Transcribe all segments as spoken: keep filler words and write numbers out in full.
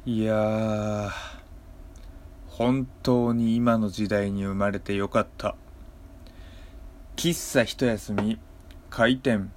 いやー、本当に今の時代に生まれてよかった。喫茶一休み開店。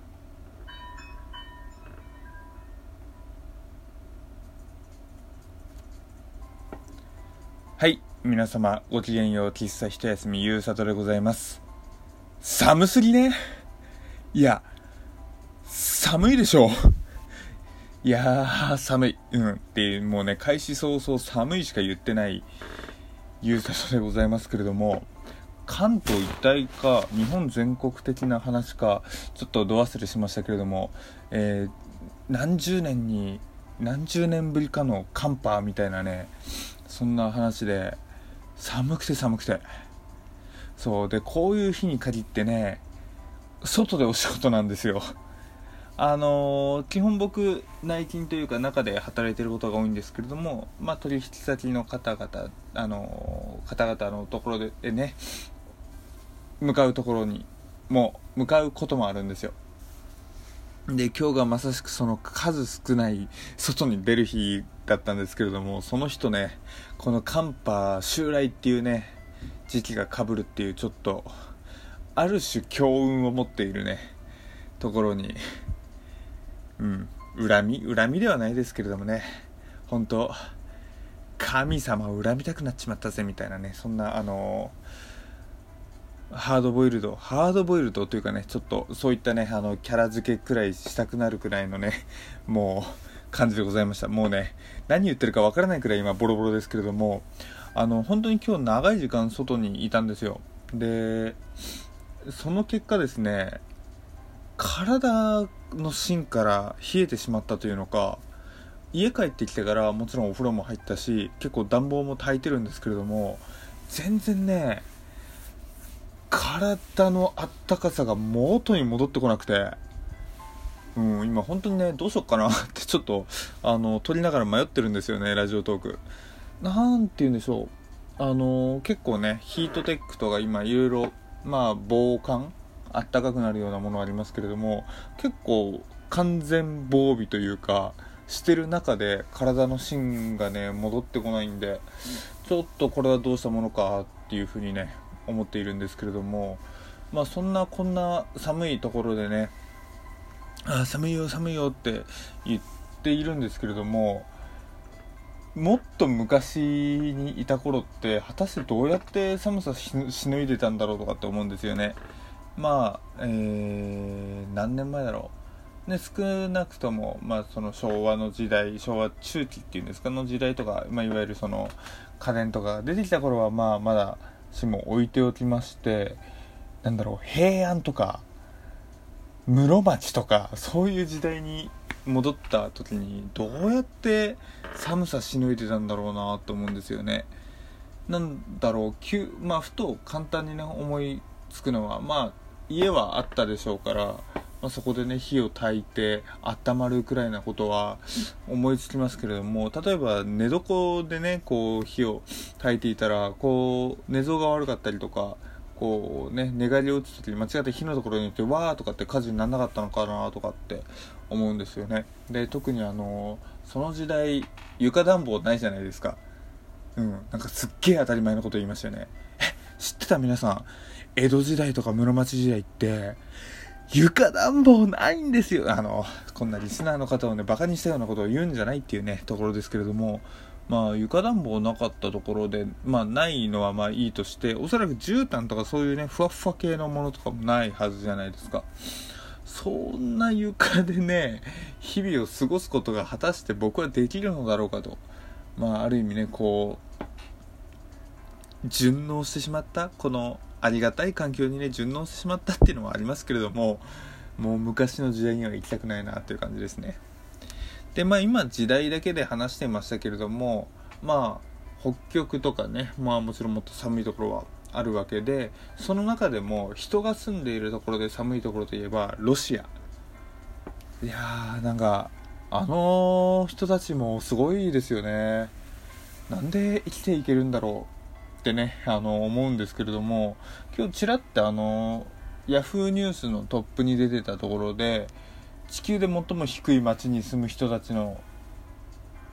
はい、皆様ごきげんよう。喫茶一休みゆうさとでございます。寒すぎね。いや、寒いでしょ。いやー寒い、うんってもうね、開始早々寒いしか言ってないゆうさとでございますけれども、関東一帯か日本全国的な話かちょっとど忘れしましたけれども、えー、何十年に何十年ぶりかの寒波みたいなね、そんな話で寒くて寒くて、そうで、こういう日に限ってね、外でお仕事なんですよ。あのー、基本僕内勤というか中で働いていることが多いんですけれども、まあ、取引先の方々、あのー、方々のところでね、向かうところにも向かうこともあるんですよ。で、今日がまさしくその数少ない外に出る日だったんですけれども、その日とね、この寒波襲来っていうね時期が被るっていう、ちょっとある種強運を持っているねところに、うん恨み恨みではないですけれどもね、本当神様を恨みたくなっちまったぜみたいなね、そんなあのハードボイルドハードボイルドというかね、ちょっとそういったね、あのキャラ付けくらいしたくなるくらいのね、もう感じでございました。もうね、何言ってるかわからないくらい今ボロボロですけれども、あの本当に今日長い時間外にいたんですよ。で、その結果ですね、体の芯から冷えてしまったというのか、家帰ってきてからもちろんお風呂も入ったし、結構暖房も焚いてるんですけれども、全然ね、体のあったかさが元に戻ってこなくて、うん、今本当にね、どうしよっかなってちょっとあの撮りながら迷ってるんですよね、ラジオトーク。なんて言うんでしょう、あの結構ね、ヒートテックとか今いろいろ、まあ防寒、あったかくなるようなものありますけれども、結構完全防備というかしてる中で体の芯がね戻ってこないんで、ちょっとこれはどうしたものかっていうふうにね思っているんですけれども、まあそんなこんな寒いところでね、あ寒いよ寒いよって言っているんですけれども、もっと昔にいた頃って果たしてどうやって寒さししのいでたんだろうとかって思うんですよね。まあ、えー、何年前だろうね、少なくとも、まあ、その昭和の時代、昭和中期っていうんですかの時代とか、まあ、いわゆるその家電とかが出てきた頃は、まあまだしも置いておきまして、なんだろう、平安とか室町とかそういう時代に戻った時にどうやって寒さしのいでたんだろうなと思うんですよね。なんだろう、急、まあ、ふと簡単にね思いつくのは、まあ家はあったでしょうから、まあ、そこでね火を焚いて温まるくらいなことは思いつきますけれども、例えば寝床でねこう火を焚いていたら、こう寝相が悪かったりとか、こうね寝返りを打つ時に間違って火のところに行ってわーとかって火事にならなかったのかなとかって思うんですよね。で、特にあのその時代床暖房ないじゃないですか。うん、なんかすっげえ当たり前のこと言いましたよね。え、知ってた？皆さん、江戸時代とか室町時代って床暖房ないんですよ。あのこんなリスナーの方をねバカにしたようなことを言うんじゃないっていうねところですけれども、まあ床暖房なかったところで、まあないのはまあいいとして、おそらく絨毯とかそういうねふわっふわ系のものとかもないはずじゃないですか。そんな床でね日々を過ごすことが果たして僕はできるのだろうかと、まあある意味ねこう順応してしまった、このありがたい環境にね順応してしまったっていうのはありますけれども、もう昔の時代には行きたくないなっていう感じですね。で、まあ今時代だけで話してましたけれども、まあ北極とかね、まあもちろんもっと寒いところはあるわけで、その中でも人が住んでいるところで寒いところといえばロシア。いやー、なんかあの人たちもすごいですよね。なんで生きていけるんだろうってね、あの思うんですけれども、今日ちらってあのヤフーニュースのトップに出てたところで、地球で最も低い町に住む人たちの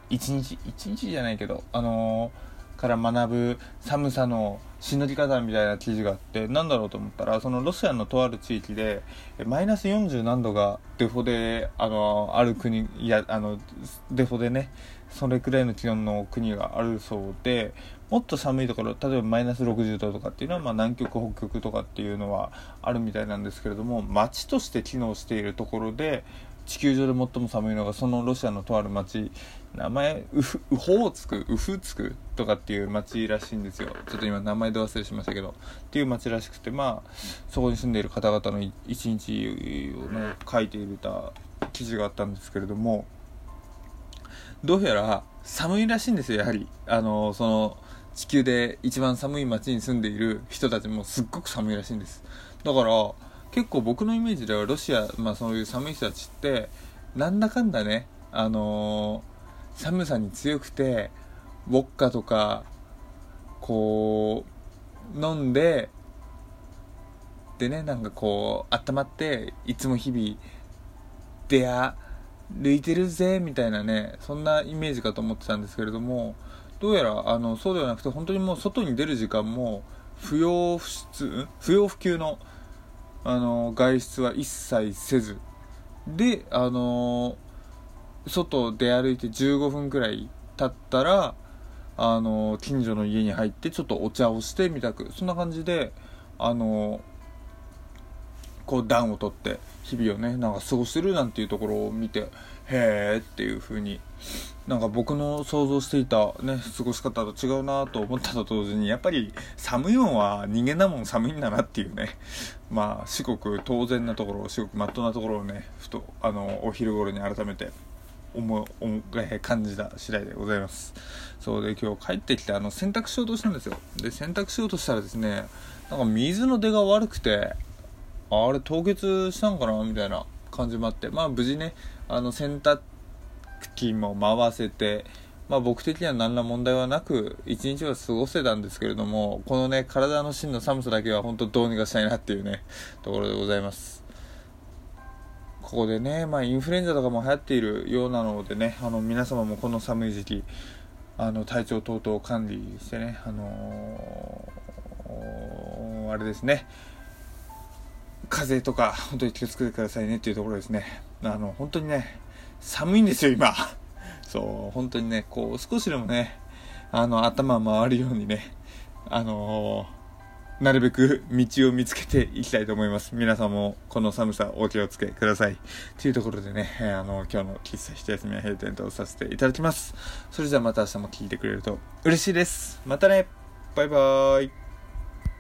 一日一日じゃないけどあのー、から学ぶ寒さのしのぎ方みたいな記事があって、なんだろうと思ったら、そのロシアのとある地域でマイナスよんじゅう何度がデフォであのある国いやあのデフォでね、それくらいの気温の国があるそうで、もっと寒いところ、例えばマイナスろくじゅうどとかっていうのは、まあ、南極北極とかっていうのはあるみたいなんですけれども、町として機能しているところで地球上で最も寒いのがそのロシアのとある町、名前ウフウホーツクウフツクとかっていう町らしいんですよ。ちょっと今名前で忘れしましたけど、っていう町らしくて、まあそこに住んでいる方々の一日をね書いていた記事があったんですけれども、どうやら寒いらしいんですよ。やはりあのその地球で一番寒い町に住んでいる人たちもすっごく寒いらしいんです。だから結構僕のイメージではロシア、まあそういう寒い人たちってなんだかんだね、あのー寒さに強くてウォッカとかこう飲んででね、なんかこう温まっていつも日々出歩いてるぜみたいなね、そんなイメージかと思ってたんですけれども、どうやらあのそうではなくて、本当にもう外に出る時間も不要不出不要不急のあの外出は一切せずで、あの外出歩いてじゅうごふんくらい経ったらあの近所の家に入ってちょっとお茶をしてみたく、そんな感じであのこう暖を取って日々をねなんか過ごしてるなんていうところを見て、へーっていう風になんか僕の想像していたね過ごし方と違うなと思ったと同時に、やっぱり寒いもんは人間だもん寒いんだなっていうね、まあ至極当然なところ、至極まっとうなところをねふとあのお昼頃に改めて思思感じた次第でございます。そうで、今日帰ってきてあの洗濯しようとしたんですよ。で洗濯しようとしたらですね、なんか水の出が悪くて、あれ凍結したんかなみたいな感じもあって、まあ無事ねあの洗濯機も回せて、まあ僕的には何ら問題はなく一日は過ごせたんですけれども、このね体の芯の寒さだけは本当どうにかしたいなっていうねところでございます。ここでね、まあインフルエンザとかも流行っているようなのでね、あの皆様もこの寒い時期あの体調等々管理してね、あのー、あれですね、風邪とか本当に気をつけてくださいねっていうところですね。あの本当にね寒いんですよ今そう本当にね、こう少しでもねあの頭回るようにね、あのーなるべく道を見つけていきたいと思います。皆さんもこの寒さお気をつけくださいというところでね、あの今日の喫茶一休みは閉店とさせていただきます。それじゃあまた明日も聞いてくれると嬉しいです。またね、バイバーイ。